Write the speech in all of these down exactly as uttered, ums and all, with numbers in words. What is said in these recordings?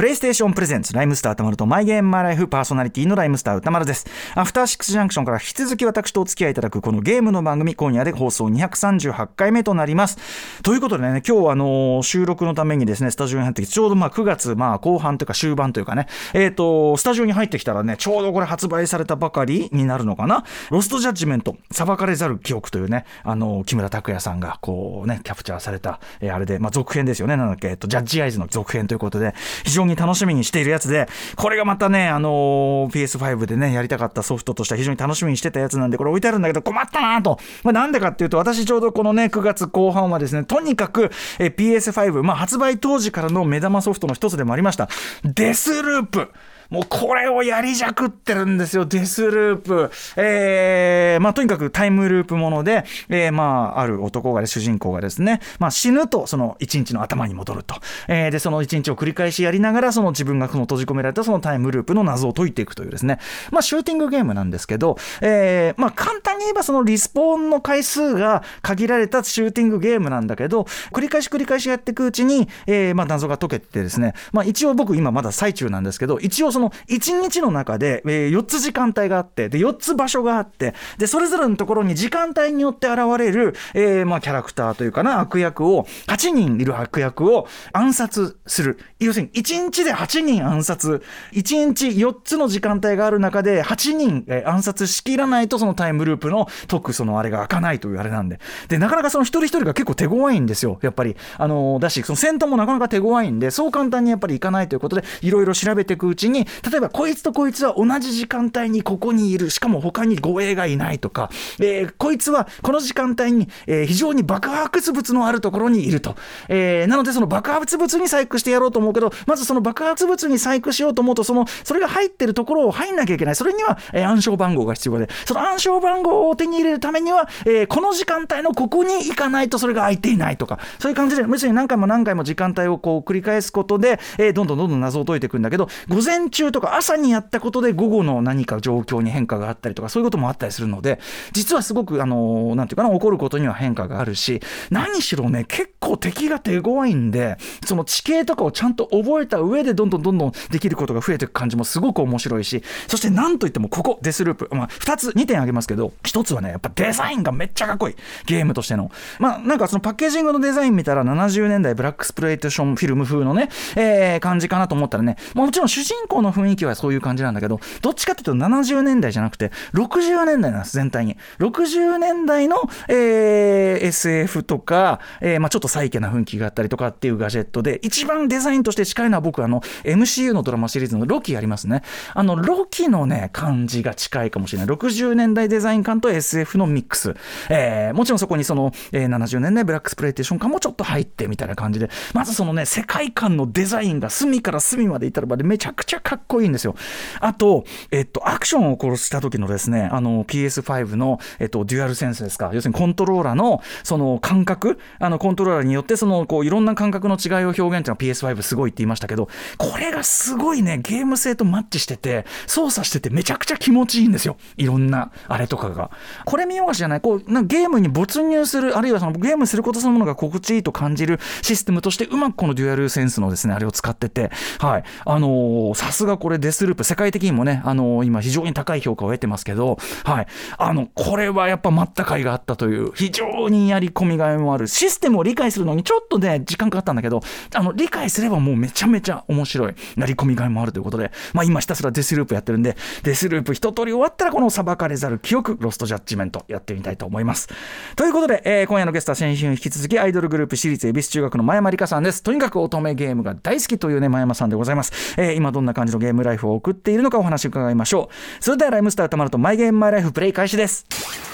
プレイステーションプレゼンツライムスター歌丸とマイゲームマイライフパーソナリティのライムスター歌丸です。アフターシックスジャンクションから引き続き私とお付き合いいただくこのゲームの番組、今夜で放送にひゃくさんじゅうはちかいめとなります。ということでね、今日あの収録のためにですねスタジオに入ってきて、ちょうどまあくがつまあ後半というか終盤というかね、えーとスタジオに入ってきたらね、ちょうどこれ発売されたばかりになるのかな、ロストジャッジメント裁かれざる記憶というね、あの木村拓哉さんがこうねキャプチャーされた、えー、あれでまあ続編ですよね。なんだっけ、えっとジャッジアイズの続編ということで非常に楽しみにしているやつで、これがまたねあの ピーエスファイブ でねやりたかったソフトとしては非常に楽しみにしてたやつなんで、これ置いてあるんだけど困ったなと、まあ、なんでかっていうと、私ちょうどこのねくがつこう半はですね、とにかくえ ピーエスファイブ、まあ、発売当時からの目玉ソフトの一つでもありましたデスループ、もうこれをやりじゃくってるんですよ、デスループ。えー、まあとにかくタイムループもので、えー、まあある男が、主人公がですね、まあ死ぬとその一日の頭に戻ると、えー、でその一日を繰り返しやりながら、その自分がその閉じ込められたそのタイムループの謎を解いていくというですね、まあシューティングゲームなんですけど、えー、まあ簡単に言えばそのリスポーンの回数が限られたシューティングゲームなんだけど、繰り返し繰り返しやっていくうちに、えー、まあ謎が解けてですね、まあ一応僕今まだ最中なんですけど、一応そのいちにちの中で、えー、よっつ時間帯があって、でよっつ場所があって、でそれぞれのところに時間帯によって現れる、えーまあ、キャラクターというかな、悪役をはちにんいる悪役を暗殺する。要するにいちにちではちにん暗殺、いちにちよっつの時間帯がある中ではちにん、えー、暗殺しきらないとそのタイムループの解くそのあれが開かないというあれなんで、でなかなかその一人一人が結構手強いんですよ、やっぱり。あのー、だしその戦闘もなかなか手強いんで、そう簡単にやっぱりいかないということで、いろいろ調べていくうちに、例えばこいつとこいつは同じ時間帯にここにいる、しかも他に護衛がいないとか、えー、こいつはこの時間帯に、えー、非常に爆発物のあるところにいると、えー、なのでその爆発物に細工してやろうと思うけど、まずその爆発物に細工しようと思うと、そのそれが入ってるところを入んなきゃいけない。それには、えー、暗証番号が必要で、その暗証番号を手に入れるためには、えー、この時間帯のここに行かないとそれが開いていないとか、そういう感じで、むしろ何回も何回も時間帯をこう繰り返すことで、えー、どんどんどんどん謎を解いていくんだけど、午前中とか朝にやったことで午後の何か状況に変化があったりとか、そういうこともあったりするので、実はすごくあのなんていうかな、起こることには変化があるし、何しろね結構敵が手強いんで、その地形とかをちゃんと覚えた上でどんどんどんどんできることが増えていく感じもすごく面白いし、そしてなんといってもここデスループ、まあ、ふたつにてん挙げますけど、ひとつはねやっぱデザインがめっちゃかっこいい、ゲームとしての。まあなんかそのパッケージングのデザイン見たらななじゅうねんだいブラックスプレイテーションフィルム風のね、えー、感じかなと思ったらね、まあ、もちろん主人公の雰囲気はそういう感じなんだけど、どっちかというとななじゅうねんだいじゃなくてろくじゅうねんだいなんです。全体にろくじゅうねんだいの、えー、エスエフ とか、えーまあ、ちょっとサイケな雰囲気があったりとかっていうガジェットで、一番デザインとして近いのは僕あの エムシーユー のドラマシリーズのロキありますね。あのロキのね感じが近いかもしれない。ろくじゅうねんだいデザイン感と エスエフ のミックス、えー、もちろんそこにその、えー、ななじゅうねんだいブラックスプレイテーション感もちょっと入ってみたいな感じで、まずそのね世界観のデザインが隅から隅までいったらばでめちゃくちゃかっこいいんですよ。あと、えっと、アクションを殺した時のですね、あの ピーエスファイブ の、えっと、デュアルセンスですか、要するにコントローラーのその感覚、あのコントローラーによってそのこういろんな感覚の違いを表現っていうのは ピーエスファイブ すごいって言いましたけど、これがすごいねゲーム性とマッチしてて、操作しててめちゃくちゃ気持ちいいんですよ、いろんなあれとかが。これ見よがしじゃない、こうなんかゲームに没入する、あるいはそのゲームすることそのものが心地いいと感じるシステムとしてうまくこのデュアルセンスのですねあれを使ってて、はい、あのー、さすがこれデスループ世界的にもね、あのー、今非常に高い評価を得てますけど、はい、あのこれはやっぱ待った甲斐があったという、非常にやり込みがいもあるシステムを理解するのにちょっとね時間かかったんだけど、あの理解すればもうめちゃめちゃ面白い、やり込みがいもあるということで、まあ、今ひたすらデスループやってるんで、デスループ一通り終わったらこの裁かれざる記憶ロストジャッジメントやってみたいと思います。ということで、えー、今夜のゲストは先週に引き続きアイドルグループ私立恵比寿中学の前山理香さんです。とにかく乙女ゲームが大好きというね前山さんでございます。えー、今どんな感じのゲームライフを送っているのかお話伺いましょう。それではライムスター歌丸とマイゲームマイライフプレイ開始です。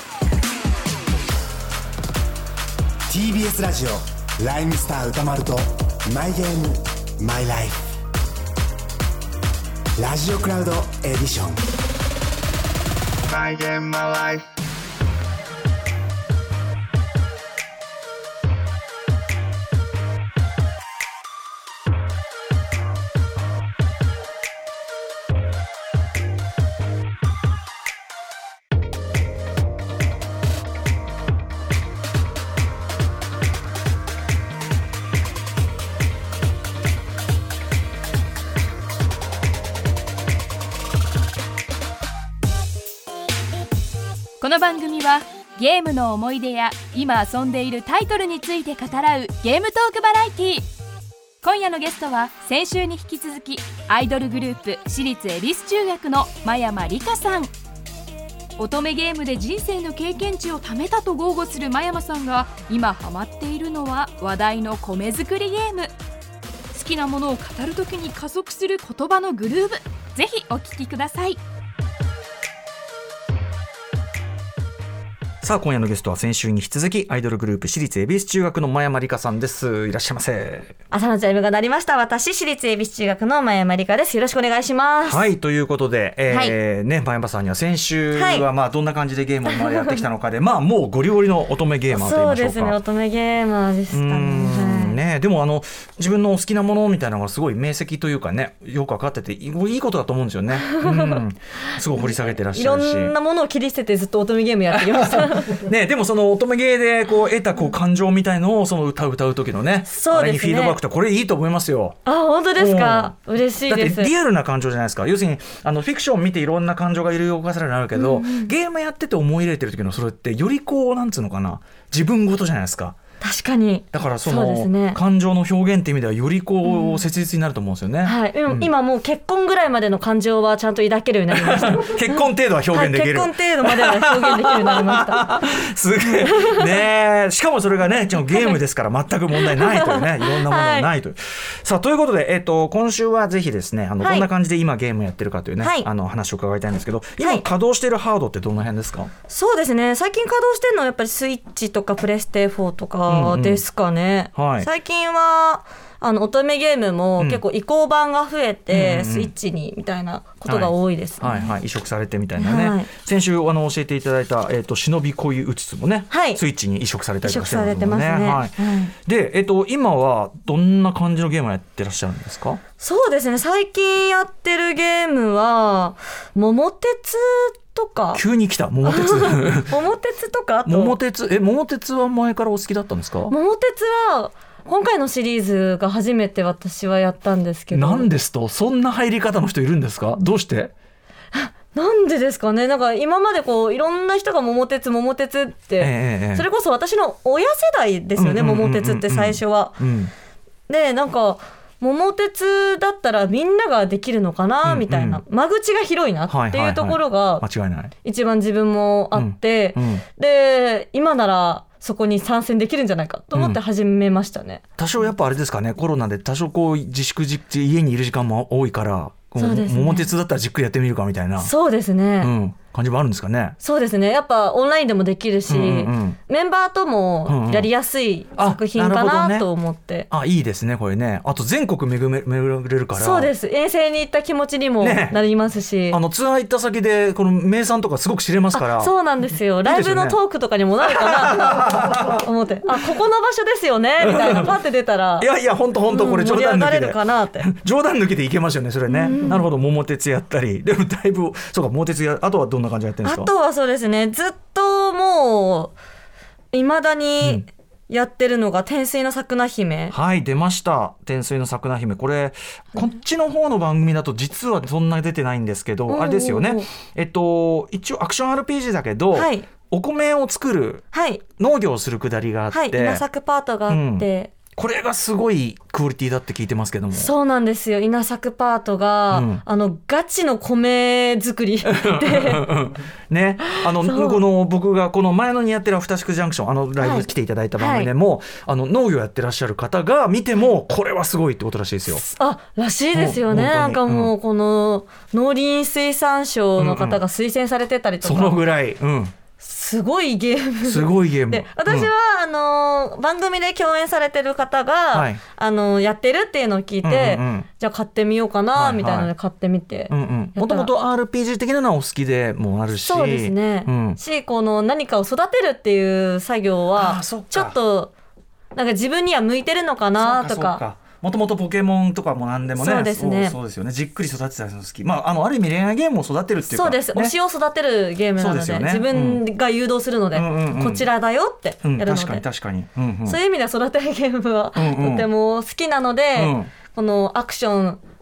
ティービーエス ラジオライムスター歌丸とマイゲームマイライフラジオクラウドエディションマイゲームマイライフこの番組はゲームの思い出や今遊んでいるタイトルについて語らうゲームトークバラエティー。今夜のゲストは先週に引き続きアイドルグループ私立恵比寿中学の真山りかさん。乙女ゲームで人生の経験値を貯めたと豪語する真山さんが今ハマっているのは話題の米作りゲーム。好きなものを語るときに加速する言葉のグルーヴ、ぜひお聞きください。 さあ今夜のゲストは先週に引き続きアイドルグループ私立恵比寿中学の真山りかさんです。いらっしゃいませ。 朝のチャイムが鳴りました。私私立恵比寿中学の真山りかです。よろしくお願いします。 はいということで、えーはいね、真山さんには先週はまあどんな感じでゲームを今までやってきたのかで、まあもうゴリゴリの乙女ゲーマーと言いましょうか。 そうですね、乙女ゲーマーでしたね。はいね、でもあの自分の好きなものみたいなのがすごい明晰というかね、よく分かってていいことだと思うんですよね。うん、すごい掘り下げてらっしゃるし、 いろんなものを切り捨ててずっと乙女ゲームやってきましたね、でもその乙女ゲーでこう得たこう感情みたいのをその歌う歌う時のね、 そうですね、 あれにフィードバックとこれいいと思いますよ。 あ、本当ですか。嬉しいです。 だってリアルな感情じゃないですか。要するにあのフィクション見ていろんな感情がいろいろ動かされるようになるけど、うんうん、ゲームやってて思い入れてる時のそれってよりこうなんつうのかな、自分ごとじゃないですか。 確かに。 だからそのそうですね、 感情の表現っていう意味ではよりこう、うん、切実になると思うんですよね。 はい、うん、今もう結婚ぐらいまでの感情はちゃんと抱けるようになりました結婚程度は表現できる、 はい、結婚程度までは表現できるようになりましたすげえね。しかもそれがねゲームですから全く問題ないというね、いろんなものがないという、はい、さあということで、えー、と今週はぜひですねあの、はい、どんな感じで今ゲームやってるかというね、はい、あの話を伺いたいんですけど、今稼働しているハードってどの辺ですか？はい、 そうですね、最近稼働してるのはやっぱりスイッチとかプレステフォーとかですかね。うんうん、はい、最近はあの乙女ゲームも結構移行版が増えて、うん、スイッチにみたいなことが多いですね。 はいはいはい、移植されてみたいなね。はい、先週あの教えていただいた、えー、と忍び恋うつつもね、はい、スイッチに移植されたりとかしてるんですもんね。移植されてますね。はいはい、で、えー、と今はどんな感じのゲームをやってらっしゃるんですか？ そうですね、最近やってるゲームは桃鉄とか。 急に来た桃鉄桃鉄とか、あと桃鉄え桃鉄は前からお好きだったんですか？ 桃鉄は今回のシリーズが初めて私はやったんですけど。 なんですと、そんな入り方の人いるんですか？どうして？ なんでですかね。なんか今までこういろんな人が桃鉄桃鉄って、えー、それこそ私の親世代ですよね、桃鉄って最初は、うん、でなんか桃鉄だったらみんなができるのかなみたいな、うんうん、間口が広いなっていうところが一番自分もあって、うんうん、で今ならそこに参戦できるんじゃないかと思って始めましたね。 うん、多少やっぱあれですかね、コロナで多少こう自粛自家にいる時間も多いから、そうですね、桃鉄だったらじっくりやってみるかみたいな。 そうですね、うん、 感じもあるんですかね。 そうですね、やっぱオンラインでもできるし、うんうん、メンバーともやりやすい作品かな、うんうん、と思って。 あ、いいですねこれね。あと全国巡れるから。 そうです、遠征に行った気持ちにもなりますし、ね、 あのツアー行った先でこの名産とかすごく知れますから。 そうなんですよ、ライブのトークとかにもなるかなと思ってあ、ここの場所ですよねみたいなパッて出たらいやいや本当本当これ冗談抜きで、うん、盛り上がれるかなって冗談抜きでいけますよねそれね、うん、なるほど。桃鉄やったり、でもだいぶそうか桃鉄や、あとはどんな感じでやってるんですか？ あとはそうですね、ずっともういまだにやってるのが天水の桜姫、 うん、はい出ました、天水の桜姫。これこっちの方の番組だと実はそんな出てないんですけど、うん、あれですよね、えっと一応アクション アールピージー だけど、はい、お米を作る、はい、農業をするくだりがあって、はい、 稲作パートがあって、うん、 これがすごいクオリティだって聞いてますけども。 そうなんですよ、稲作パートが、うん、あのガチの米作りでね、あのこの僕がこの前のにやってるアフターシックスジャンクション、あのライブ来ていただいた番組でも、はいはい、あの農業やってらっしゃる方が見てもこれはすごいってことらしいですよ。 あ、らしいですよね。なんかもうこの農林水産省の方が推薦されてたりとか、 うんうん、そのぐらい、うん、 すごいゲームすごいゲームで、 私は、うん、あの番組で共演されてる方が、はい、あのやってるっていうのを聞いて、うんうん、じゃあ買ってみようかな、はいはい、みたいなので買ってみて、 もともと アールピージー 的なのはお好きでもあるし、 そうですね、うん、しこの何かを育てるっていう作業はちょっとなんか自分には向いてるのかなとか。 もともとポケモンとかも何でもね、 そうですね、 そう、そうですよね、じっくり育てたりするの好き、まあ、あのある意味恋愛ゲームを育てるっていうか、 そうです、ね、推しを育てるゲームなの で, で、ね、自分が誘導するので、うんうんうん、こちらだよってやるので、うん、確かに確かに、うんうん、そういう意味では育てるゲームはとても好きなので、うん、このアクション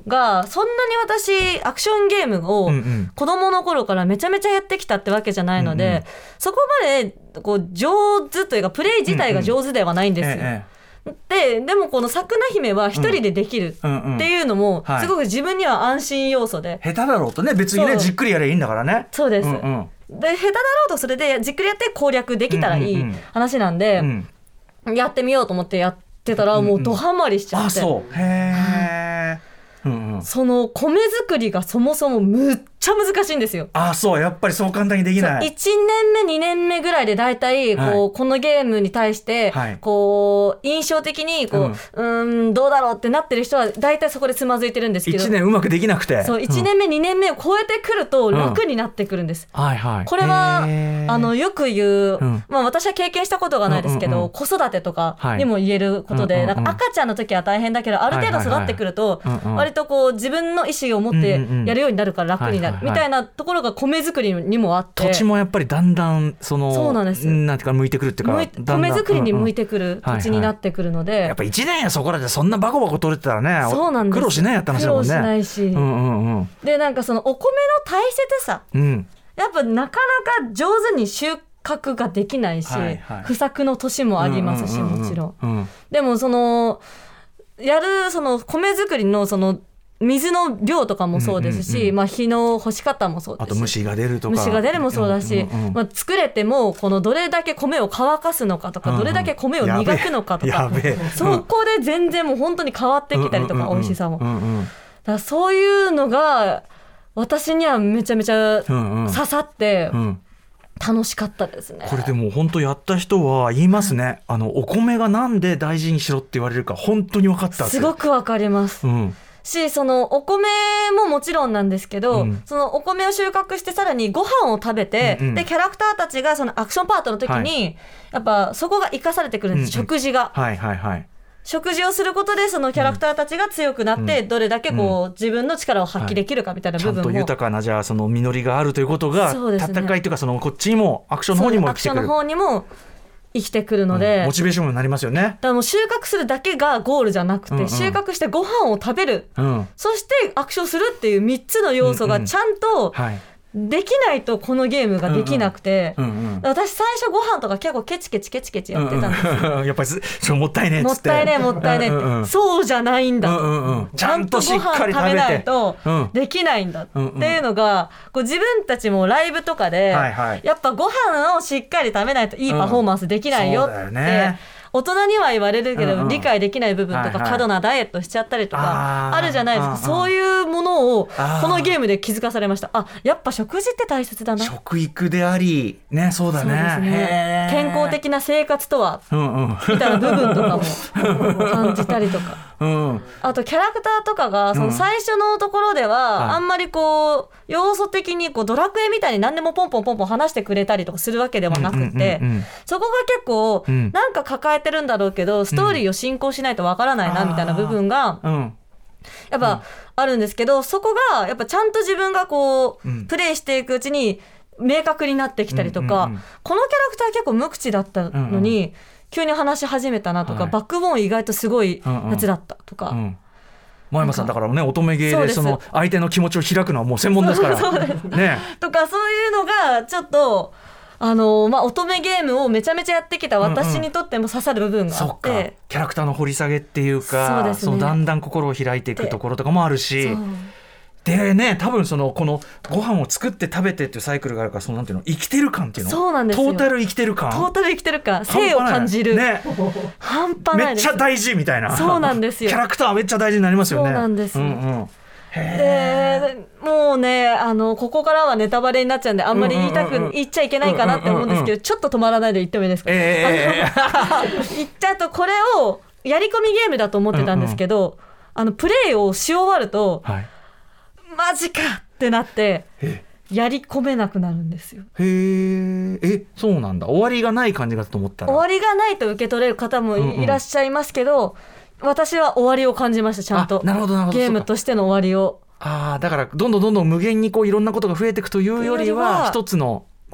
がそんなに私アクションゲームを子供の頃からめちゃめちゃやってきたってわけじゃないので、うんうん、そこまでこう上手というかプレイ自体が上手ではないんですよ、うんうんええ、で, でもこのさくな姫は一人でできるっていうのもすごく自分には安心要素で、 下手だろうとね別にねじっくりやればいいんだからね。 そうです、うんうん、で下手だろうとそれでじっくりやって攻略できたらいい話なんで、うんうん、やってみようと思ってやってたらもうドハマりしちゃって、うんうん、あそうへーうんうん、その米作りがそもそもむっちゃ難しいんですよ。 あそうやっぱりそう簡単にできない。 いちねんめにねんめぐらいでだいたいこう、はい、このゲームに対してこう印象的にこう、うん、うーんどうだろうってなってる人はだいたいそこでつまずいてるんですけど、 いちねんうまくできなくてそういちねんめ、うん、にねんめを超えてくると楽になってくるんです、うんはいはい、これはあのよく言う、うんまあ、私は経験したことがないですけど、うんうんうん、子育てとかにも言えることで、はい、なんか赤ちゃんの時は大変だけどある程度育ってくると割とこう自分の意思を持ってやるようになるから楽になるみたいなところが米作りにもあって、 土地もやっぱりだんだんそのそうなんです。 なんていうか向いてくるっていうかだんだん米作りに向いてくる土地になってくるので、うんうんはいはい、 やっぱいちねんやそこらでそんなバコバコ取れてたらねそうなんです苦労しないやった話だもんね。 苦労しないし、うんうんうん、でなんかそのお米の大切さ、うん、やっぱなかなか上手に収穫ができないし、はいはい、不作の年もありますし、うんうんうんうん、もちろん、うん、でもそのやるその米作りのその水の量とかもそうですし、うんうんうんまあ、日の干し方もそうですし、 あと虫が出るとか虫が出るもそうだし、うんうんうんまあ、作れてもこのどれだけ米を乾かすのかとか、うんうん、どれだけ米を磨くのかとか、そこで全然もう本当に変わってきたりとか、うんうんうん、美味しさも、うんうん、だからそういうのが私にはめちゃめちゃ刺さって、うんうん楽しかったですね。 これでも本当やった人は言いますね、はい、あのお米がなんで大事にしろって言われるか本当に分かったってすごく分かります、うんしそのお米ももちろんなんですけど、うん、そのお米を収穫してさらにご飯を食べて、うんうん、でキャラクターたちがそのアクションパートの時に、はい、やっぱそこが生かされてくるんです、うんうん、食事が、はいはいはい、食事をすることでそのキャラクターたちが強くなって、うん、どれだけこう、うん、自分の力を発揮できるかみたいな部分も、はい、ちゃんと豊かなじゃあその実りがあるということが、ね、戦いというかそのこっちにもアクションの方にも生きてくる、 アクションの方にも生きてくるので、 うん、モチベーションになりますよね。だからもう収穫するだけがゴールじゃなくて、うんうん、収穫してご飯を食べる、うん、そしてアクションするっていうみっつの要素がちゃんと、うんうんはいできないとこのゲームができなくて、うんうんうんうん、私最初ご飯とか結構ケチケチケチケチやってたんですよ、 うんうん、やっぱりそもったいねえっつって、 もったいねえもったいねえって、うんうん、そうじゃないんだと、うんうんうん、 ちゃんとしっかり食べてちゃんとご飯食べないとできないんだっていうのが、こう自分たちもライブとかで、はいはい、やっぱご飯をしっかり食べないといいパフォーマンスできないよって、うんそうだよね大人には言われるけど、うんうん、理解できない部分とか、はいはい、過度なダイエットしちゃったりとかあるじゃないですか。そういうものをこのゲームで気づかされました。あ、やっぱ食事って大切だな。 食育でありね、そうだ ね, そうですね健康的な生活とは、うんうん、みたいな部分とかも感じたりとか、うん、あとキャラクターとかがその最初のところでは、うん、あんまりこう要素的にこうドラクエみたいに何でもポンポンポンポン話してくれたりとかするわけではなくて、うんうんうんうん、そこが結構、うん、なんか抱えてるんだろうけどストーリーを進行しないとわからないなみたいな部分が、うん、やっぱあるんですけど、そこがやっぱちゃんと自分がこう、うん、プレイしていくうちに明確になってきたりとか、うんうんうん、このキャラクター結構無口だったのに、うんうん、急に話し始めたなとか、はい、バックボーン意外とすごいやつだったとか、うんうん前山さんだからね乙女芸でその相手の気持ちを開くのはもう専門ですからそうですねとかそういうのがちょっとあの、まあ、乙女ゲームをめちゃめちゃやってきた私にとっても刺さる部分があって、うんうん、そうかキャラクターの掘り下げっていうかそうです、ね、そのだんだん心を開いていくところとかもあるしでね、多分そのこのご飯を作って食べてっていうサイクルがあるからそのなんていうの生きてる感っていうのそうなんですよトータル生きてる感トータル生きてる感生を感じる、ね、半端ないです。 めっちゃ大事みたいなそうなんですよキャラクターめっちゃ大事になりますよね。 そうなんです、うんうんでもうねあのここからはネタバレになっちゃうんであんまり言いたく、うんうんうん、言っちゃいけないかなって思うんですけど、うんうんうん、ちょっと止まらないで言ってもいいですか、えー、言っちゃうとこれをやり込みゲームだと思ってたんですけど、うんうん、あのプレイをし終わると、はいマジかってなってやり込めなくなるんですよ。 へーえそうなんだ終わりがない感じがと思ったら終わりがないと受け取れる方も い,、うんうん、いらっしゃいますけど私は終わりを感じましたちゃんとなるほどなるほどゲームとしての終わりをあだからどんどんどんどん無限にこういろんなことが増えていくというよりは一つの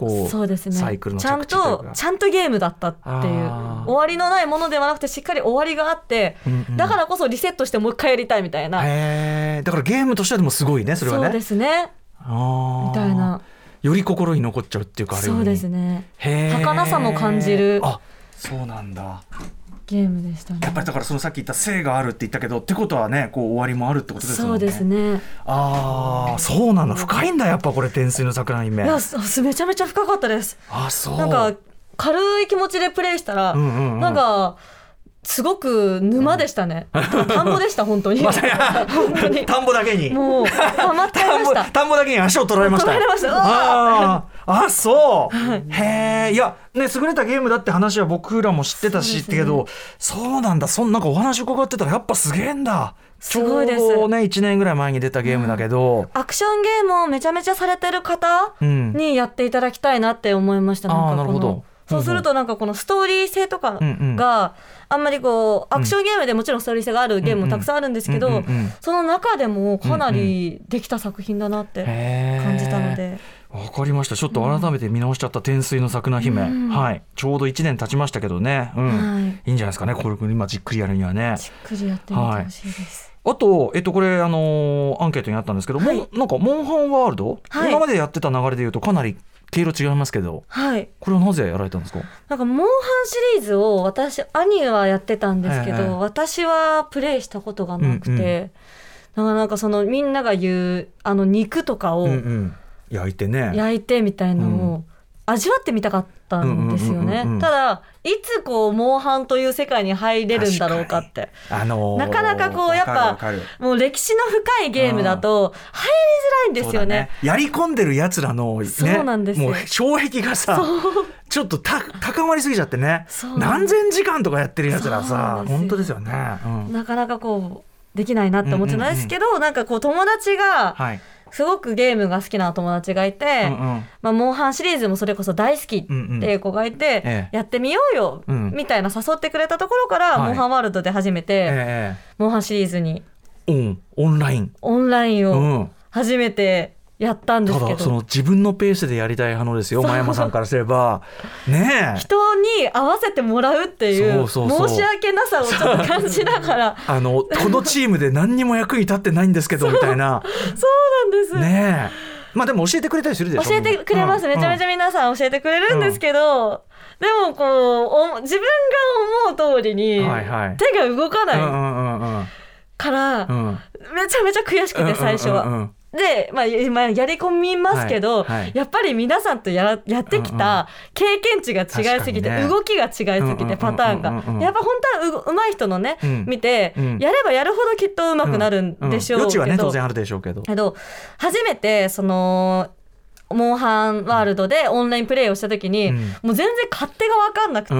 こう、 そうですね、 サイクルのちゃん着地というかとちゃんとゲームだったっていう終わりのないものではなくてしっかり終わりがあって、うんうん、だからこそリセットしてもう一回やりたいみたいな。 へー、だからゲームとしてはでもすごいねそれはね。 そうですね、あみたいな、 より心に残っちゃうっていうか、あれそうですね、儚さも感じる。 あ、そうなんだ、 ゲームでしたね。 やっぱりだからそのさっき言った性があるって言ったけどってことはね、こう終わりもあるってことですよね。 そうですね。 ああ、そうなんだ、深いんだやっぱこれ天水の桜姫。 いやめちゃめちゃ深かったです。 あ、そう。 なんか軽い気持ちでプレイしたら、うんうんうん、なんかすごく沼でしたね、うん、田んぼでした本当に本当に田んぼだけにもうハマっちゃいました田んぼだけに足を取られました。 取られました。 ああ、そう、はい、へえ。いやね、優れたゲームだって話は僕らも知ってたし、ね、けどそうなんだ、そんなんかお話伺ってたらやっぱすげえんだ。 すごいです。 ちょうどねいちねんぐらい前に出たゲームだけど、うん、 アクションゲームをめちゃめちゃされてる方にやっていただきたいなって思いました、うん、なんかこの、あ、なるほど。そうするとなんかこのストーリー性とかがあんまりこうアクションゲームでもちろんストーリー性があるゲームもたくさんあるんですけど、その中でもかなりできた作品だなって感じたので、 わかりました。ちょっと改めて見直しちゃった天水の桜姫、うん、はい、ちょうどいちねん経ちましたけどね、うん、はい、いいんじゃないですかね、これ今じっくりやるにはね。 じっくりやってみてほしいです、 はい。あと、えっと、これ、あのー、アンケートにあったんですけど、はい、もなんかモンハンワールド、はい、今までやってた流れでいうとかなり毛色違いますけど、はい、これはなぜやられたんですか？ なんかモンハンシリーズを私兄はやってたんですけど、はいはい、私はプレイしたことがなくて、うんうん、だからなんかそのみんなが言うあの肉とかを、うんうん、 焼いてね焼いてみたいなのを味わってみたかったんですよね、うんうんうんうん、ただいつこうモンハンという世界に入れるんだろうかって、あのー、なかなかこうやっぱもう歴史の深いゲームだと入りづらいんですよ ね, ねやり込んでるやつらの、ね、 そうなんですよ、 もう障壁がさちょっとた高まりすぎちゃってね、何千時間とかやってるやつらさ本当ですよね、うん、 なかなかこうできないなって思ってたんですけど、うんうんうん、なんかこう友達が、はい、すごくゲームが好きな友達がいて、うんうんまあ、モンハンシリーズもそれこそ大好きっていう子がいて、うんうんええ、やってみようよ、うん、みたいな誘ってくれたところから、はい、モンハンワールドで初めて、ええ、モンハンシリーズに、 うん、オンラインオンラインを初めてやったんですけど、 ただその自分のペースでやりたい派のですよ、真山さんからすればねえ、 人に合わせてもらうっていう申し訳なさをちょっと感じながらあのこのチームで何にも役に立ってないんですけどみたいなそうなんですねえ。まあでも教えてくれたりするでしょ。 教えてくれます、うん、めちゃめちゃ皆さん教えてくれるんですけど、うん、でもこう自分が思う通りに手が動かないから、うん、めちゃめちゃ悔しくて最初は、うんうんうんうんで、まあ、まあ、やり込みますけど、はいはい、やっぱり皆さんと や, やってきた経験値が違いすぎて、ね、動きが違いすぎて、うんうん、パターンが、うんうん、やっぱ本当はう上手い人のね、うん、見て、うん、やればやるほどきっと上手くなるんでしょうけど、うんうん、余地はね当然あるでしょうけど、 けど初めてそのモンハンワールドでオンラインプレイをした時に、うん、もう全然勝手が分かんなくて、うん、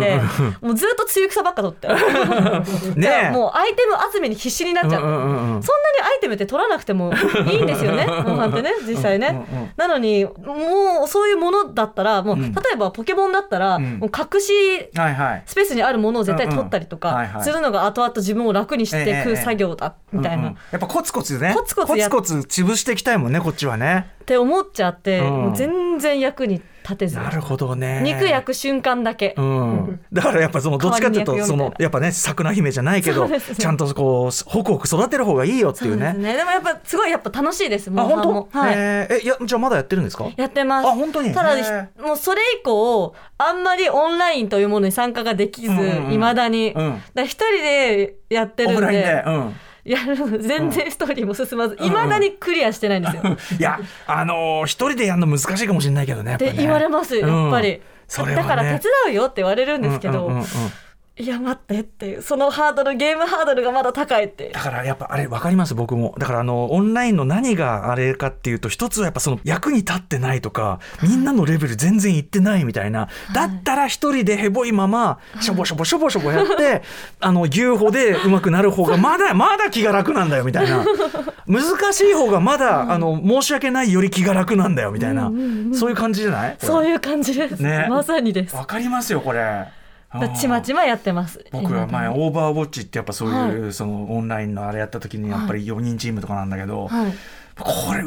もうずっと強草ばっか取ってねもうアイテム集めに必死になっちゃって、うんうんうん、そんなにアイテムって取らなくてもいいんですよねモンハンってね実際ね、うんうんうん、なのにもうそういうものだったらもう、うん、例えばポケモンだったら、うん、もう隠しスペースにあるものを絶対取ったりとかするのが後々自分を楽にしていく作業だみたいな、 うんうん、やっぱコツコツねコツコツやコツコツ潰していきたいもんねこっちはねって思っちゃって、うん、もう全然役に立てず。 なるほどね。 肉焼く瞬間だけ、 うんうん、だからやっぱそのどっちかっていうとそのやっぱね桜姫じゃないけど、ね、ちゃんとこうホクホク育てる方がいいよっていうね。 そうですね。でもやっぱすごいやっぱ楽しいですもん。あ本当？はい。えー、えいやじゃあまだやってるんですか？ やってます。 あ本当に。 ただもうそれ以降あんまりオンラインというものに参加ができず、うんうん、未だに、うん、だ一人でやってるんで。オフラインで。うんやる全然ストーリーも進まずいま、うん、だにクリアしてないんですよ、うん、いやあのー、一人でやるの難しいかもしれないけどねって言われますやっぱり、うんそれはね、だから手伝うよって言われるんですけど、うんうんうんうんいや待ってっていうそのハードルゲームハードルがまだ高いってだからやっぱあれ分かります僕もだからあのオンラインの何があれかっていうと一つはやっぱその役に立ってないとかみんなのレベル全然いってないみたいな、はい、だったら一人でヘボいまましょぼしょぼしょぼしょぼやって、はい、あの牛歩で上手くなる方がまだまだ気が楽なんだよみたいな難しい方がまだ、うん、あの申し訳ないより気が楽なんだよみたいな、うんうんうん、そういう感じじゃないそういう感じです、ね、まさにです分かりますよこれちまちまやってます。 僕は前オーバーウォッチってやっぱそういう、はい、そのオンラインのあれやった時にやっぱりよにんチームとかなんだけど、はい、これうわ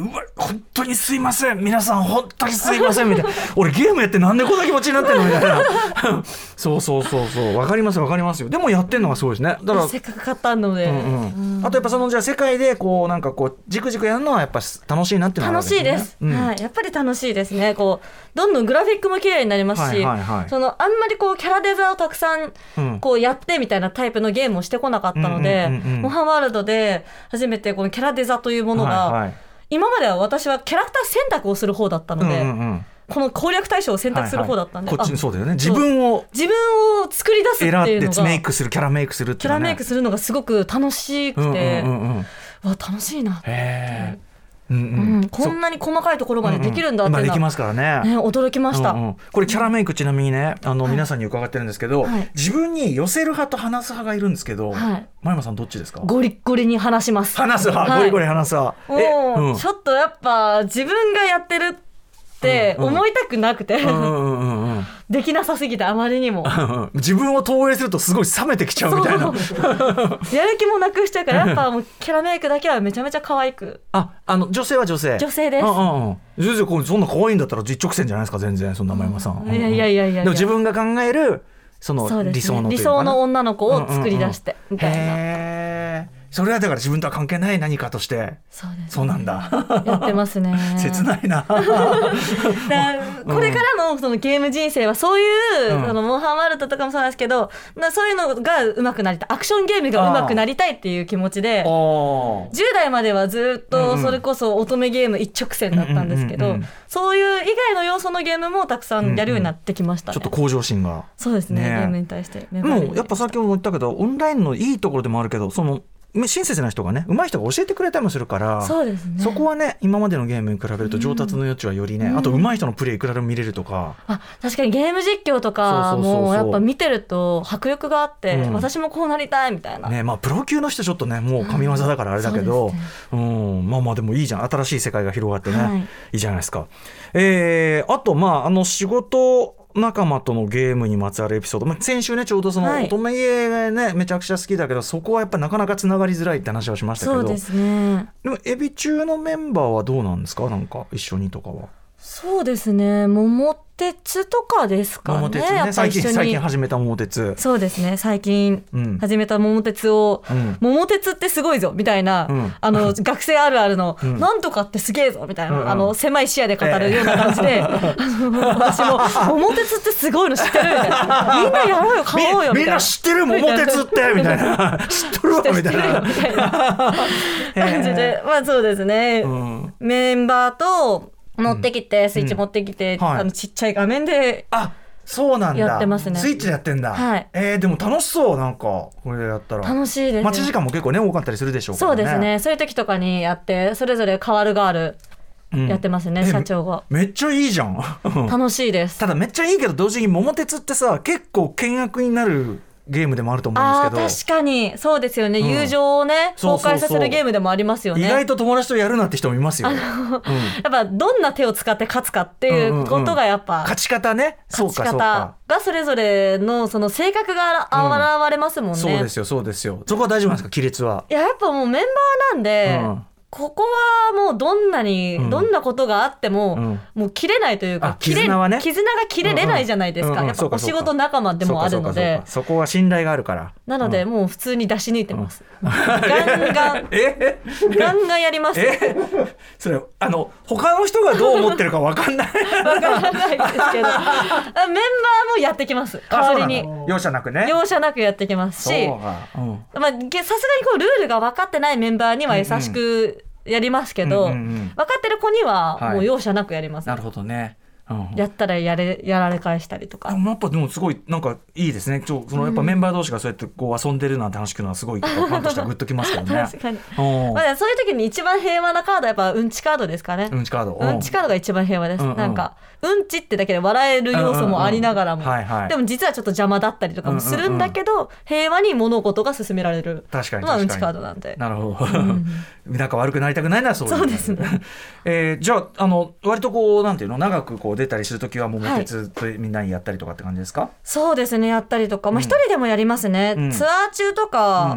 本当にすいません皆さん本当にすいませんみたいな俺ゲームやってなんでこんな気持ちになってんのみたいなそうそうそうそうわかりますわかりますよ。でもやってんのがすごいですね。だからせっかく買ったので、 うんうん、あとやっぱそのじゃあ世界でこうなんかこうじくじくやるのはやっぱ楽しいなっていうのはあるわけですね。 楽しいです、 うん、 はい、やっぱり楽しいですね。こうどんどんグラフィックも綺麗になりますし、はいはいはい、そのあんまりこうキャラデザをたくさんこうやってみたいなタイプのゲームをしてこなかったので、うんうんうんうん、モンハンワールドで初めてこのキャラデザというものが、はいはい、今までは私はキャラクター選択をする方だったので、うんうんうん、この攻略対象を選択する方だったんで、 はいはい、こっちそうだよね。自分を自分を作り出すっていうのが選ってメイクするキャラメイクするっていうの、ね、 キャラメイクするのがすごく楽しくて、うんうんうんうん、わ楽しいなって、へーうんうんうん、こんなに細かいところまでできるんだっていうのは、うんうん、できますからね、ね驚きました、うんうん、 これキャラメイクちなみにねあの、はい、皆さんに伺ってるんですけど、はい、自分に寄せる派と話す派がいるんですけど、はい、真山さんどっちですか？ ゴリッゴリに話します。 話す派、はい、ゴリゴリ話す派。 え、うん、ちょっとやっぱ自分がやってるって思いたくなくて、うんうんうんうん、できなさすぎてあまりにも自分を投影するとすごい冷めてきちゃうみたいなやる気もなくしちゃうからやっぱもうキャラメイクだけはめちゃめちゃ可愛くああの女性は女性女性です。 うんうん、全然そんな可愛いんだったら実直線じゃないですか全然そんな真山さん、うん、 いやいやいやいや、 でも自分が考えるその理想のというか、ね、 理想の女の子を作り出してみたいな、うんうんうん、 へーそれはだから自分とは関係ない何かとしてそうです、ね、 そうなんだやってますね切ないなだこれからのそのゲーム人生はそういう、うん、そのモンハンワールドとかもそうなんですけどそういうのが上手くなりたいアクションゲームが上手くなりたいっていう気持ちでじゅう代まではずっとそれこそ乙女ゲーム一直線だったんですけど、うんうんうんうん、そういう以外の要素のゲームもたくさんやるようになってきましたね、 うんうん、ちょっと向上心がそうです ね, ねゲームに対してもうやっぱさっきも言ったけどオンラインのいいところでもあるけどその親切な人がね上手い人が教えてくれたりもするからそうですね、 そこはね今までのゲームに比べると上達の余地はよりね、うん、あと上手い人のプレイいくらでも見れるとか、 あ確かにゲーム実況とかもやっぱ見てると迫力があって、うん、私もこうなりたいみたいな、 ねまあ、プロ級の人ちょっとねもう神業だからあれだけど、うん、うん、まあまあでもいいじゃん新しい世界が広がってね、はい、いいじゃないですか。えー、あとまああの仕事仲間とのゲームにまつわるエピソード、まあ、先週ねちょうどその乙女ゲーがね、はい、めちゃくちゃ好きだけどそこはやっぱなかなかつながりづらいって話をしましたけど、 そうですね。 でもエビ中のメンバーはどうなんですか？なんか一緒にとかは。 そうですね、桃鉄とかですかね。 桃鉄ね、最近最近始めた桃鉄。 そうですね、最近始めた桃鉄を、うん、桃鉄ってすごいぞみたいな、うん、あの学生あるあるの、うん、なんとかってすげえぞみたいな、うん、あの狭い視野で語るような感じで、えー、私も桃鉄ってすごいの知ってるみたいなみんなやろうよ買おうよみたいな み, みんな知ってる桃鉄ってみたいな知っとるわみたいな感じで、まあそうですね、うん、メンバーと持ってきて、うん、スイッチ持ってきて、うんはい、あのちっちゃい画面であそうなんだやってますね。 スイッチでやってんだ、 はい、 えー、でも楽しそう。なんかこれでやったら楽しいです。 待ち時間も結構ね多かったりするでしょうからね。 そうですね、そういう時とかにやってそれぞれ変わるがあるやってますね、うん、社長が。 めっちゃいいじゃん楽しいです。 ただめっちゃいいけど同時に桃鉄ってさ結構険悪になるゲームでもあると思うんですけど。あ確かにそうですよね、うん、友情をね崩壊させるゲームでもありますよね。 意外と友達とやるなって人もいますよ。 あの、うん、やっぱどんな手を使って勝つかっていうことがやっぱ、うんうんうん、 勝ち方ね。 勝ち方がそれぞれのその性格が現れますもんね、うん、 そうですよそうですよ。そこは大丈夫なんですか亀裂は。 いややっぱもうメンバーなんで、うんここはもうどんなに、うん、どんなことがあっても、うん、もう切れないというか絆はね絆が切れれないじゃないですか、うんうん、やっぱお仕事仲間でもあるのでそ, そ, そ, そこは信頼があるからなので、うん、もう普通に出し抜いてます、うん、ガンガンえガンガンやりますえそれあの他の人がどう思ってるか分かんない分からないですけどメンバーもやってきます代わりに容赦なくね容赦なくやってきますし、うんまあ、さすがにこうルールが分かってないメンバーには優しくやりますけど、うんうんうん、分かってる子にはもう容赦なくやります、 はい、なるほどね、うん、 やったらやれやられ返したりとか。 やっぱでもすごいなんかいいですね。ちょそのやっぱメンバー同士がそうやってこう遊んでるなんて話聞くのはすごいファンとしてはグッときますけどね確かに、まあ、そういう時に一番平和なカードはやっぱうんちカードですかね。 うんちカードうんちカードが一番平和です、うんうん、なんかうんちってだけで笑える要素もありながらも、うんうんうんはいはい、でも実はちょっと邪魔だったりとかもするんだけど、うんうんうん、平和に物事が進められるのはうんちカードなんで。 なるほど、うん、仲悪くなりたくないのはそういうそうですね、 えー、じゃあ、 あの割とこうなんていうの長くこう出たりするときは桃鉄とみんなにやったりとかって感じですか？はい、 そうですねやったりとか、まあ、一人でもやりますね、うん、ツアー中とか、うん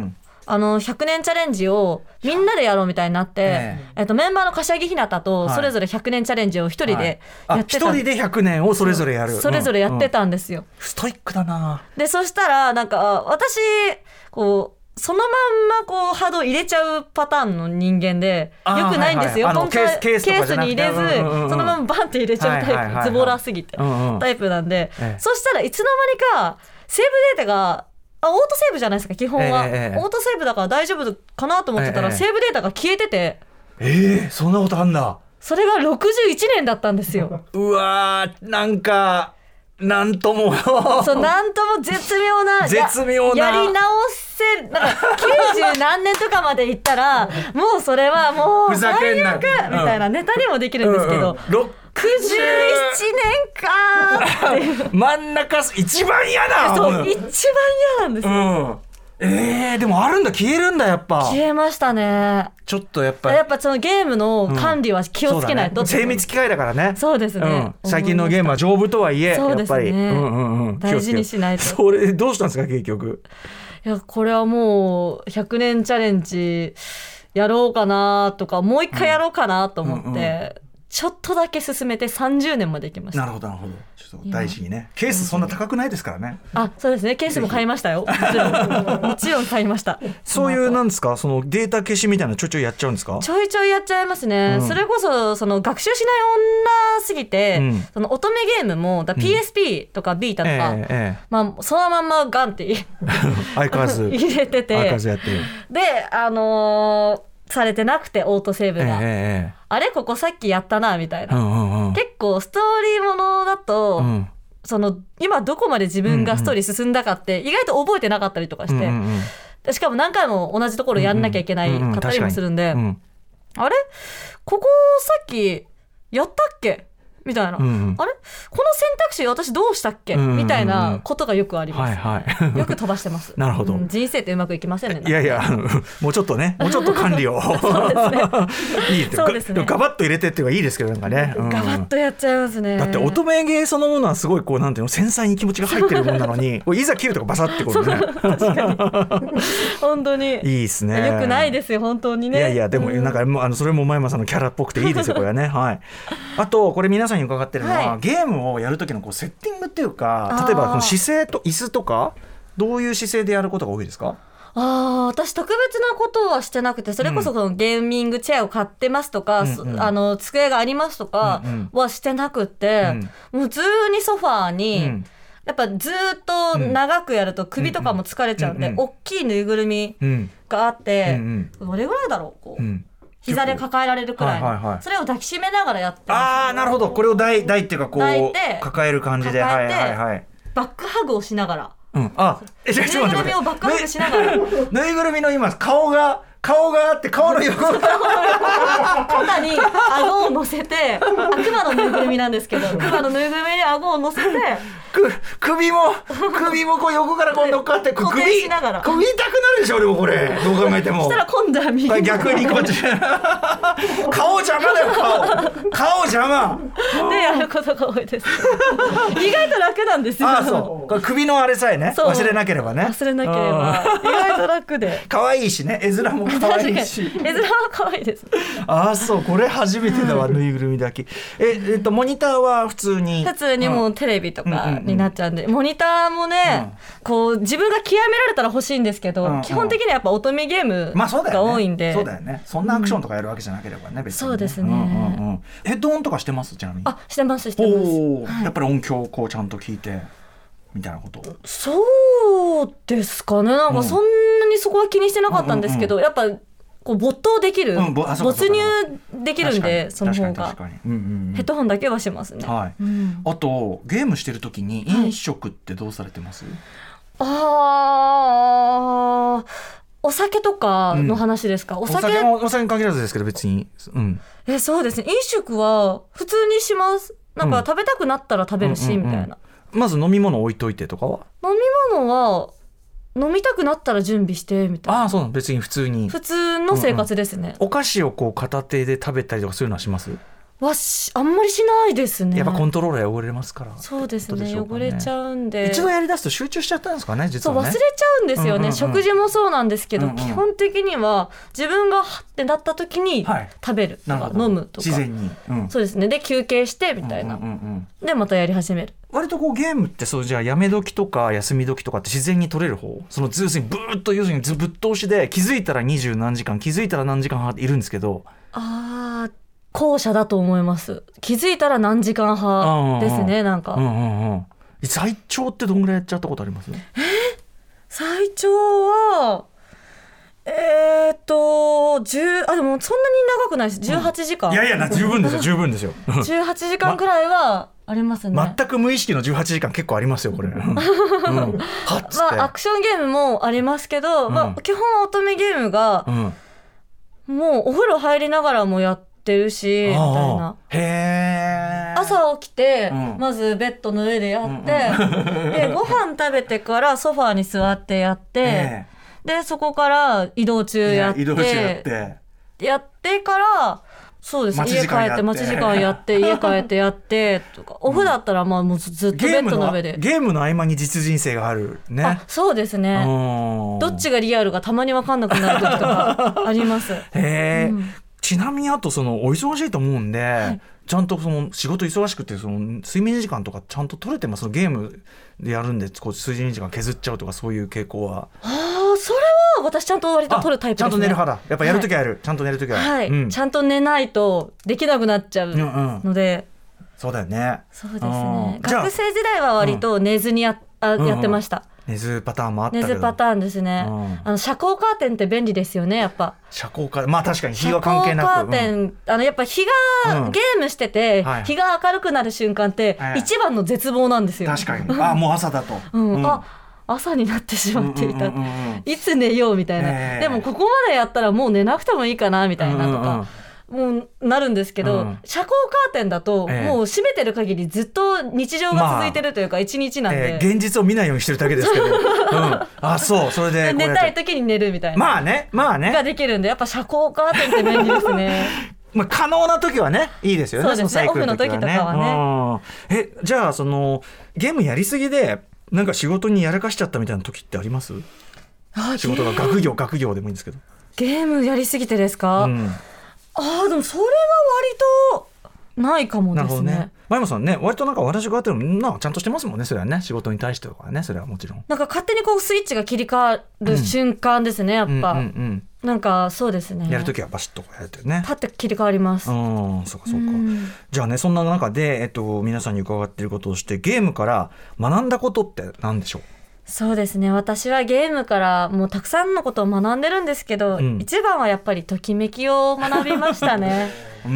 あのひゃくねんチャレンジをみんなでやろうみたいになって、えええっと、メンバーの柏木ひなたとそれぞれひゃくねんチャレンジを一人でやってた、 はい、一人でひゃくねんをそれぞれやる、 それぞれやってたんですよ、 うんうん、ストイックだな。 でそしたらなんか私こうそのまんまこう波動入れちゃうパターンの人間でよくないんですよ、 はいはい、 本当はケースに入れず、 うんうんうん、 そのままバンって入れちゃうタイプ、はいはいはいはい、ズボラすぎて、うんうん、タイプなんで、ええ、そしたらいつの間にかセーブデータがあオートセーブじゃないですか基本は、ええ、オートセーブだから大丈夫かなと思ってたら、ええ、セーブデータが消えてて、 えー、そんなことあんだ。 それがろくじゅういちねんだったんですよ。 うわー、なんかなんともそうなんとも絶妙な絶妙なや, やり直せなんかきゅうじゅう何年とかまでいったらもうそれはもう最悪みたいなネタにもできるんですけど、うんうん、ろくじゅういちねんかーっていう真ん中一番嫌なそう一番嫌なんですよ、うんえー、でもあるんだ、消えるんだ、やっぱ消えましたね。 ちょっとやっぱりやっぱそのゲームの管理は気をつけないと、 うんね、精密機械だからね。 そうですね、うん、 最近のゲームは丈夫とはいえそうですね、 やっぱり、うんうんうん、 大事にしないと。 それどうしたんですか結局。 いやこれはもうひゃくねんチャレンジやろうかなとかもう一回やろうかなと思って、うんうんうん、ちょっとだけ進めてさんじゅうねんまでいきました。 なるほどなるほど。ちょっと大事にね。ケースそんな高くないですからね。 あ、そうですね。ケースも買いましたよ。もちろんもちろん買いました。 そういうなんですか、そのデータ消しみたいなちょいちょいやっちゃうんですか。 ちょいちょいやっちゃいますね、うん、それこそその学習しない女すぎて、うん、その乙女ゲームもだ ピーエスピー とかビータとか、うんえーえーまあ、そのまんまガンって相変わらず入れてて相変わらずやってるであのーされてなくてオートセーブが、えー、あれここさっきやったなみたいな、うんうんうん、結構ストーリーものだと、うん、その今どこまで自分がストーリー進んだかって意外と覚えてなかったりとかして、うんうんうん、でしかも何回も同じところやんなきゃいけないかったりもするんで、うんうん、あれここさっきやったっけみたいな、うんうん、あれこの選択肢私どうしたっけ、うんうんうん、みたいなことがよくあります、はいはい、よく飛ばしてますなるほど、 うん、人生ってうまくいきませんね。 いやいやもうちょっとねもうちょっと管理をそうですねいいってそうですね、ガバッと入れてっていうのがいいですけどなんかね、うん、 ガバッとやっちゃいますね。 だって乙女ゲーそのものはすごいこうなんていうの繊細に気持ちが入ってるものなのにいざ切るとかバサッてこうね確かに本当にいいですね。 よくないですよ本当にね。 いやいやでもなんか、うん、あのそれも真山さんのキャラっぽくていいですよこれはねはいあとこれ皆さんに伺ってるのは、はい、ゲームをやる時のこうセッティングっていうか例えばこの姿勢と椅子とかどういう姿勢でやることが多いですか。 あ私特別なことはしてなくてそれこそそのゲーミングチェアを買ってますとか、うん、あの机がありますとかはしてなくて、うんうん、もう普通にソファーに、うん、やっぱずっと長くやると首とかも疲れちゃうんで、うんうん、大きいぬいぐるみがあって、うんうん、どれぐらいだろうこう、うん膝で抱えられるくらいの、はいはいはい、それを抱きしめながらやってます。 ああなるほどこれを抱いっていうかこう抱える感じで抱えて、 はいはいはい、 バックハグをしながら、 うん、あえぬいぐるみをバックハグしながらぬいぐるみの今顔が顔があって顔の横が肩に顎を乗せてあクマのぬいぐるみなんですけどクマのぬいぐるみに顎を乗せてく首も首もこう横からこう乗っかって固定しながら首痛くなるでしょ。でもこれどう考えてもそしたら今度は右に逆にこっち顔邪魔だよ顔顔邪魔でやることが多いです意外と楽なんですよ。 あそうこれ首のあれさえね忘れなければね忘れなければ意外と楽で可愛いしね絵面も可愛いし絵面は可愛いですあそうこれ初めてだわぬいぐるみだけえ、えっとモニターは普通に普通にもうテレビとかになっちゃうんで、うんうんうん、モニターもね、うん、こう自分が極められたら欲しいんですけど、うんうん、基本的にはやっぱ乙女ゲームが多いんで、 まあそうだよね、そうだよねそんなアクションとかやるわけじゃなければね、うん、別にねそうですね、 うんうんうん、ヘッドオンとかしてますちなみに。 あしてますしてます、 はい、やっぱり音響をこうちゃんと聞いてみたいなこと。 そうですかねなんかそんなにそこは気にしてなかったんですけど、うんうんうん、やっぱこう没頭できる、うん、没入できるんでその方が、うんうんうん、ヘッドホンだけはしますね、 はいうん、あとゲームしてる時に飲食ってどうされてます？ はい、あお酒とかの話ですか、うん、お酒、 お酒もお酒に限らずですけど別に、うん、 えそうですね飲食は普通にしますなんか食べたくなったら食べるし、うん、みたいな、うんうんうん、まず飲み物置いといてとかは飲み物は飲みたくなったら準備してみたいな。 ああそうなの別に普通に普通の生活ですね、 うんうん、お菓子をこう片手で食べたりとかそういうのはします？ はしあんまりしないですね。 やっぱコントローラー汚れますから。 そうですね、 ね、 汚れちゃうんで一度やりだすと集中しちゃったんですかね、実はね。 そう忘れちゃうんですよね、うんうんうん、食事もそうなんですけど、うんうん、基本的には自分がハッてなった時に食べるとか、はい、飲むとか自然に、うん、 そうですね。で休憩してみたいな、うんうんうん、でまたやり始める。 割とこうゲームってそうじゃあやめ時とか休み時とかって自然に取れる方、その要するにブーッと要するにぶっ通しで気づいたら二十何時間気づいたら何時間いるんですけど、 あー後者だと思います。気づいたら何時間派ですね。なんか、うんうんうん、 最長ってどんぐらいやっちゃったことあります？ え最長はえーっとじゅうあでもそんなに長くないです。じゅうはちじかん、 うん、いやいや十分ですよ十分ですよじゅうはちじかんくらいはありますね、 ま、全く無意識のじゅうはちじかん結構ありますよこれ、うん、はっつって、 まあ、アクションゲームもありますけど、うんまあ、基本乙女ゲームが、うん、もうお風呂入りながらもやってるしみたいな。へー、朝起きて、うん、まずベッドの上でやって、うん、でご飯食べてからソファーに座ってやって、でそこから移動中やって移動中やってやってからそうです、家帰って待ち時間やって家帰ってやってとかオフだったらまあもうずっとベッドの上でゲームの合間に実人生があるね。あそうですね。どっちがリアルかたまに分かんなくなる時とかありますへー、うん、ちなみにあとそのお忙しいと思うんで、はい、ちゃんとその仕事忙しくてその睡眠時間とかちゃんと取れてます？そのゲームでやるんでこう睡眠時間削っちゃうとかそういう傾向は。 あそれは私ちゃんと割と取るタイプですね。 ちゃんと寝る派だ。やっぱやるときはやる、はい、ちゃんと寝るときは、 はいうん、ちゃんと寝ないとできなくなっちゃうので、 うんうん、そうだよね。 そうですね。学生時代は割と寝ずに や,、うん、あやってました、 うんうん、寝ずパターンもあったけど寝ずパターンですね、うん、あの遮光カーテンって便利ですよね。やっぱ遮光カーテンまあ確かに日は関係なく遮光カーテン、うん、あのやっぱ日が、うん、ゲームしてて、はい、日が明るくなる瞬間って、はい、一番の絶望なんですよ。 確かにあもう朝だと、 うんうん、あ朝になってしまっていた、うんうんうん、いつ寝ようみたいな、えー、でもここまでやったらもう寝なくてもいいかなみたいなとか、うんうん、もうなるんですけど、うん、遮光カーテンだともう閉めてる限りずっと日常が続いてるというか一日なんで、まあえー、現実を見ないようにしてるだけですけど、うん、あそうそれで寝たい時に寝るみたいなまあねまあねができるんでやっぱ遮光カーテンって便利ですねまあ、可能な時はねいいですよね。 そうですね、オフの時とかはね、 うん、えじゃあそのゲームやりすぎでなんか仕事にやらかしちゃったみたいな時ってあります？あ仕事が学業学業でもいいんですけど。 ゲームやりすぎてですか、うん、あでもそれは割とないかもですね。ね前山さんね割となんか私がやってるのちゃんとしてますもんね。それはね仕事に対してとかねそれはもちろんなんか勝手にこうスイッチが切り替わる瞬間ですね、うん、やっぱ、うんうんうん、なんかそうですね。 やるときはバシッとやってねパッて切り替わります。 うんそうかそうか、うん、じゃあねそんな中で、えっと、皆さんに伺っていることをしてゲームから学んだことって何でしょう？ そうですね私はゲームからもうたくさんのことを学んでるんですけど、うん、一番はやっぱりときめきを学びましたね、うん、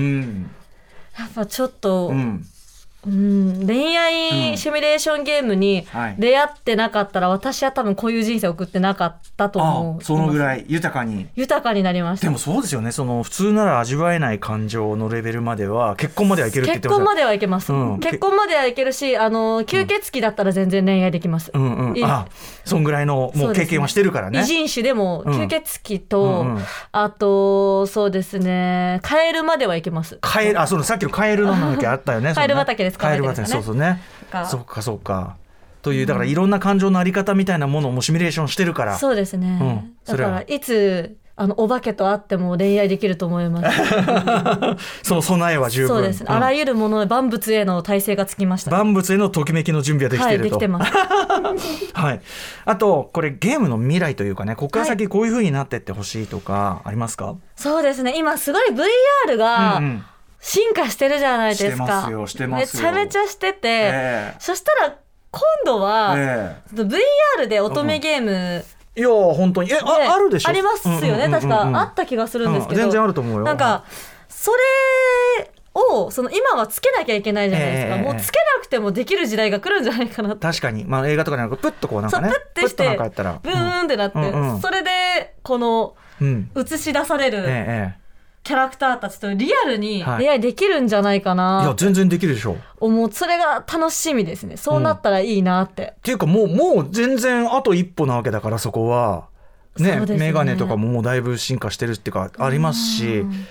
やっぱちょっと、うんうん、恋愛シミュレーションゲームに出会ってなかったら、うんはい、私は多分こういう人生を送ってなかったと思う。 あそのぐらい豊かに豊かになりました。 でもそうですよねその普通なら味わえない感情のレベルまでは結婚まではいけるって言ってました。 結婚まではいけます、うん、結婚まではいけるしあの吸血鬼だったら全然恋愛できます、うんうんうん、 あそんぐらいのもう経験はしてるからね。 異人種でも吸血鬼と、うんうん、あとそうですねカエルまではいけます。 カエルあそうさっきのカエルの時あったよねカエル畑ですかカエル畑そうそうねそうかそうかというだからいろんな感情のあり方みたいなものをもシミュレーションしてるから。 そうですね、うん、だからいつあのお化けと会っても恋愛できると思いますその備えは十分。 そうです、ねうん、あらゆるもの万物への耐性がつきました、ね、 万物へのときめきの準備はできていると、はい、できてますはい、あとこれゲームの未来というかねここから先こういう風になっていってほしいとかありますか？はい、 そうですね今すごい ブイアール が、うんうん進化してるじゃないですか。してますよしてますよめちゃめちゃしてて、えー、そしたら今度は、えー、ブイアール で乙女ゲーム、 うん、いや本当にえ あ, あるでしょありますよね、うんうんうんうん、確かあった気がするんですけど、 うん、全然あると思うよ。 なんかそれをその今はつけなきゃいけないじゃないですか、えー、もうつけなくてもできる時代が来るんじゃないかな。 確かに、まあ、映画とかなんかプッとこうなんかねそうプッてしてプッとなんかやったらブーンってなって、うんうん、それでこの映し出される、うんえーキャラクターたちとリアルに出会いできるんじゃないかな、はい、 いや全然できるでしょ。 もうそれが楽しみですね。そうなったらいいなって、うん、 っていうかもう、もう全然あと一歩なわけだからそこはね、ねメガネとかももうだいぶ進化してるっていうかありますし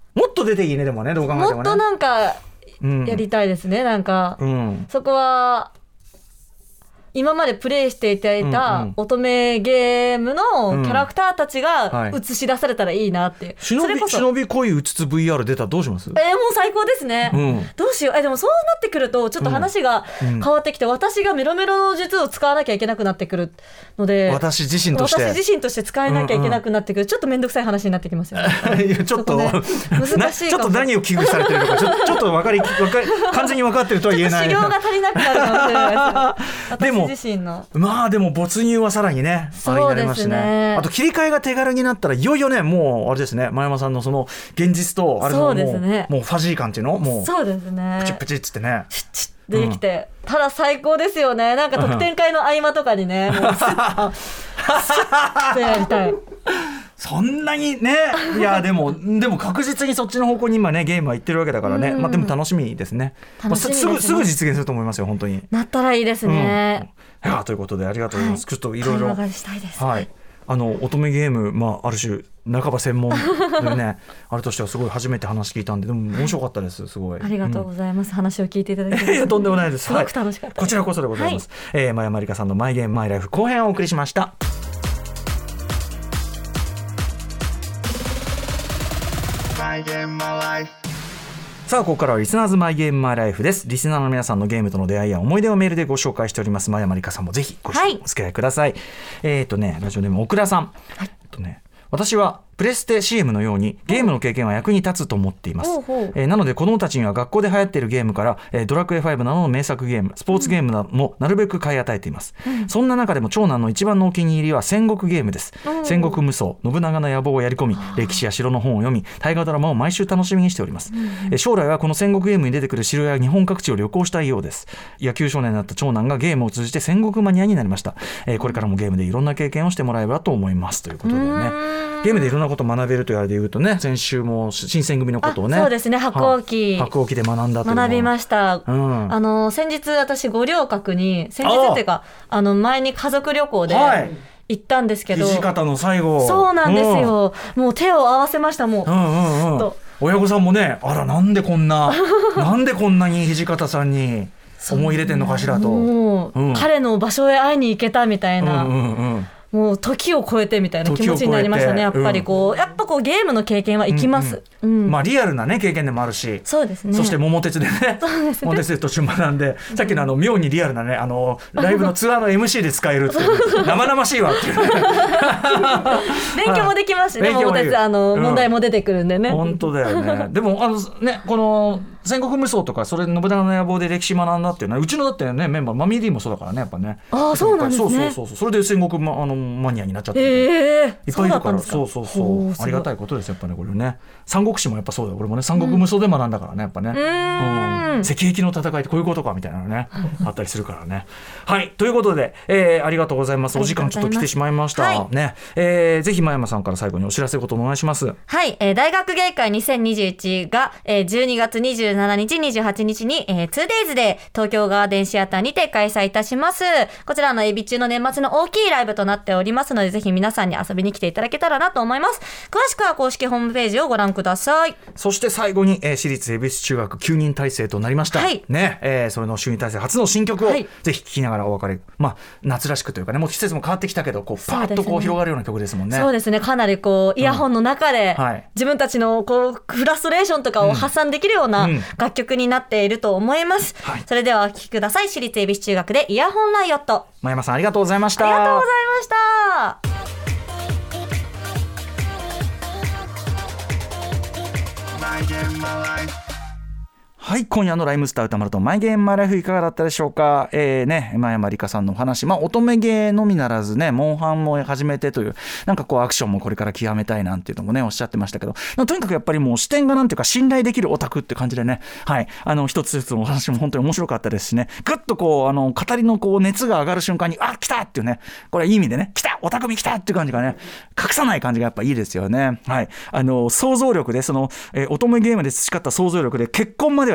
もっと出ていいねでもね、どう考えてもね。 もっとなんかやりたいですね、うん、なんか、うん、そこは今までプレイしていただいた乙女ゲームのキャラクターたちが映し出されたらいいなっていう、 うん、はい、忍び忍び恋うつつ ブイアール 出たらどうします？ えー、もう最高ですね、うん、どうしよう。えでもそうなってくるとちょっと話が変わってきて、うん、私がメロメロの術を使わなきゃいけなくなってくるので、 私自身として私自身として使えなきゃいけなくなってくる、うんうん、ちょっと面倒くさい話になってきますよねいやちょっと、ね、 難しいかも。 ちょっと何を危惧されてるのかちょ、ちょっと分かり、分かり完全に分かってるとは言えない。 修行が足りなくなるかもしれないです私自身の。 まあでも没入はさらにね、あれになりましたね。あと切り替えが手軽になったらいよいよね、もうあれですね、真山さんのその現実とあれのもう、そうですね、もうファジー感っていうのもうそうですね、 プチプチっつってね、 チッチッできて、うん、ただ最高ですよね。なんか特典会の合間とかにね、もうスッスッってやりたいそんなにね、いやでもでも確実にそっちの方向に今ねゲームは行ってるわけだからね、うん、まあ、でも楽しみですね。楽しみですね。まあ、すぐすぐ実現すると思いますよ、本当に。 なったらいいですね、 うん、いやということでありがとうございます、はい、ちょっといろいろ会話がしたいです、 はい、あの乙女ゲーム、まあ、ある種半ば専門でねあれとしてはすごい初めて話聞いたんで、でも面白かったです、すごい。 ありがとうございます、うん、話を聞いていただきいやとんでもないです。 すごく楽しかったです、 はい、こちらこそでございます、はい、えー、真山りかさんのマイゲームマイライフ後編をお送りしました。さあここからはリスナーズマイゲームマイライフです。リスナーの皆さんのゲームとの出会いや思い出をメールでご紹介しております。真山りかさんもぜひご紹介お付き合いください、はい、えっ、ー、とねラジオネーム奥田さん、はい、えっとね私はプレステ シーエム のようにゲームの経験は役に立つと思っています、えー、なので子どもたちには学校で流行っているゲームから、えー、ドラクエファイブなどの名作ゲーム、スポーツゲームなどもなるべく買い与えています、うん、そんな中でも長男の一番のお気に入りは戦国ゲームです、うん、戦国無双、信長の野望をやり込み、歴史や城の本を読み、大河ドラマを毎週楽しみにしております、うん、えー、将来はこの戦国ゲームに出てくる城や日本各地を旅行したいようです。野球少年になった長男がゲームを通じて戦国マニアになりました、えー、これからもゲームでいろんな経験をしてもらえればと思いますということでね、ゲームでいろんなことを学べるというあれでいうとね、先週も新選組のことをね、 そうですね、白鸚記白鸚記で学んだというの学びました、うん、あの先日私五稜郭に先日っていうかあの前に家族旅行で行ったんですけど、 土方の最後、 そうなんですよ、うん、もう手を合わせました、もう、うんうんうん、と親御さんもね、あらなんでこんななんでこんなに土方さんに思い入れてんのかしらと、もう、うん、彼の場所へ会いに行けたみたいな、うんうんうん、もう時を超えてみたいな気持ちになりましたね。やっぱりこう、うん、やっぱこうゲームの経験は生きます、 うんうんうん、まあリアルなね経験でもあるし、 そうですね、 そして桃鉄で ね, ね桃鉄で途中学んで、うん、さっきのあの妙にリアルなねあのライブのツアーの エムシー で使えるっていう生々しいわっていう、ね、 勉強もできますしね、桃鉄あの、うん、問題も出てくるんでね、 本当だよねでもあのねこの戦国無双とかそれ信長の野望で歴史学んだっていうのはうちのだってねメンバーマミー D もそうだからね、やっぱね。 ああそうなんですね。 そうそうそう、それで戦国、ま、あのマニアになっちゃって、 えー、 いっぱいいるから、そうそうそうありがたいことですやっぱね、これね。三国志もやっぱそうだよ、俺もね三国無双で学んだからね、やっぱね、うんうん、赤壁の戦いってこういうことかみたいなのねあったりするからねはいということで、えー、ありがとうございます。お時間ちょっと来てしまいました、はいねえー、ぜひ真山さんから最後にお知らせことお願いします。 はい、えー、大学芸会にせんにじゅういちが、えー、じゅうにがつにじゅうしちにちにじゅうはちにちに、えー、ツーデイズで東京ガーデンシアターにて開催いたします。こちらのエビ中の年末の大きいライブとなっておりますので、ぜひ皆さんに遊びに来ていただけたらなと思います。詳しくは公式ホームページをご覧ください。 そして最後に、えー、私立恵比寿中学きゅうにん体制となりました、はいねえー、それの就任体制初の新曲を、はい、ぜひ聴きながらお別れ、まあ、夏らしくというかね、もう季節も変わってきたけどこうパーッとこう広がるような曲ですもんね。 そうですね、かなりこうイヤホンの中で、うんはい、自分たちのこうフラストレーションとかを発散できるような楽曲になっていると思います、うんはい、それではお聴きください。私立恵比寿中学でイヤホンライオット。 真山さんありがとうございました。 ありがとうございました。 はい、今夜のライムスター歌丸とマイゲームマイライフいかがだったでしょうか。えーね、真山りかさんのお話、まあ乙女ゲーのみならずね、モンハンも始めてという、なんかこうアクションもこれから極めたいなんていうのもねおっしゃってましたけど、とにかくやっぱりもう視点がなんていうか信頼できるオタクって感じでね、はい、あの一つずつのお話も本当に面白かったですしね、ぐっとこうあの語りのこう熱が上がる瞬間にあ来たっていうね、これいい意味でね来たオタクに来たっていう感じがね隠さない感じがやっぱいいですよね。はい、あの想像力でその、えー、乙女ゲームで培った想像力で結婚までは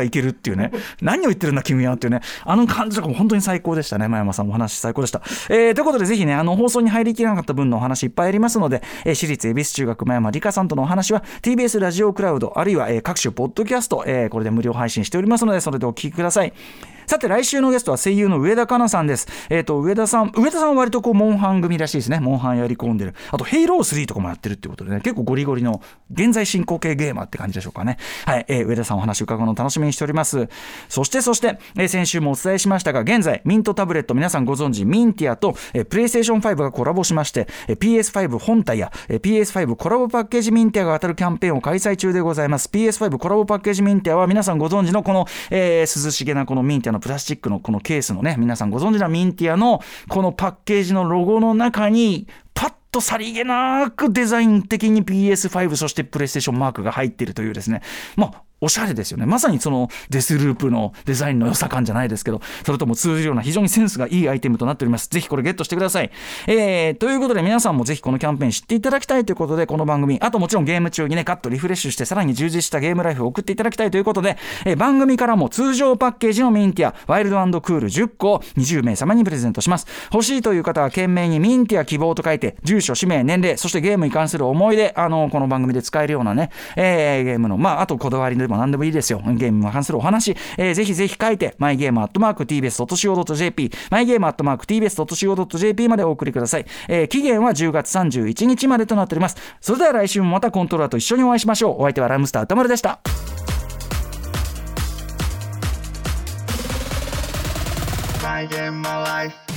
いけるっていうね、何を言ってるんだ君はっていうね、あの感じとかも本当に最高でしたね。真山さんもお話最高でした。えー、ということでぜひね、あの放送に入りきらなかった分のお話いっぱいありますので、えー、私立恵比寿中学真山理香さんとのお話は ティービーエス ラジオクラウドあるいは、えー、各種ポッドキャスト、えー、これで無料配信しておりますので、それでお聞きください。さて来週のゲストは声優の上田香奈さんです。えっと上田さん上田さんは割とこうモンハン組らしいですね。モンハンやり込んでる。あとヘイロースリーとかもやってるっていうことでね、結構ゴリゴリの現在進行形ゲーマーって感じでしょうかね。はい、えー、上田さんお話伺うのを楽しみにしております。そしてそして、えー、先週もお伝えしましたが、現在ミントタブレット皆さんご存知ミンティアと、えー、プレイステーションファイブがコラボしまして、えー、ピーエスファイブ 本体や、えー、ピーエスファイブ コラボパッケージミンティアが当たるキャンペーンを開催中でございます。 ピーエスファイブ コラボパッケージミンティアは皆さんご存知のこの、えー、涼しげなこのミンティアのプラスチックのこのケースのね、皆さんご存知のミンティアのこのパッケージのロゴの中にパッとさりげなくデザイン的に ピーエスファイブ そしてプレイステーションマークが入っているというですね、まあおしゃれですよね。まさにそのデスループのデザインの良さ感じゃないですけど、それとも通じるような非常にセンスがいいアイテムとなっております。ぜひこれゲットしてください。えー、ということで皆さんもぜひこのキャンペーン知っていただきたいということで、この番組、あともちろんゲーム中にねカットリフレッシュしてさらに充実したゲームライフを送っていただきたいということで、えー、番組からも通常パッケージのミンティアワイルド&クールじゅっこをにじゅうめい様にプレゼントします。欲しいという方は懸命にミンティア希望と書いて、住所氏名年齢そしてゲームに関する思い出、あのこの番組で使えるようなね、えー、ゲームのまああとこだわりでも何でもいいですよ。ゲームに関するお話、えー、ぜひぜひ書いてマイゲームアットマーク ティービーエスドットシーオードットジェーピー マイゲームアットマーク ティービーエスドットシーオードットジェーピー までお送りください。えー、期限はじゅうがつさんじゅういちにちまでとなっております。それでは来週もまたコントローラーと一緒にお会いしましょう。お相手はライムスター歌丸でした。 My game, my life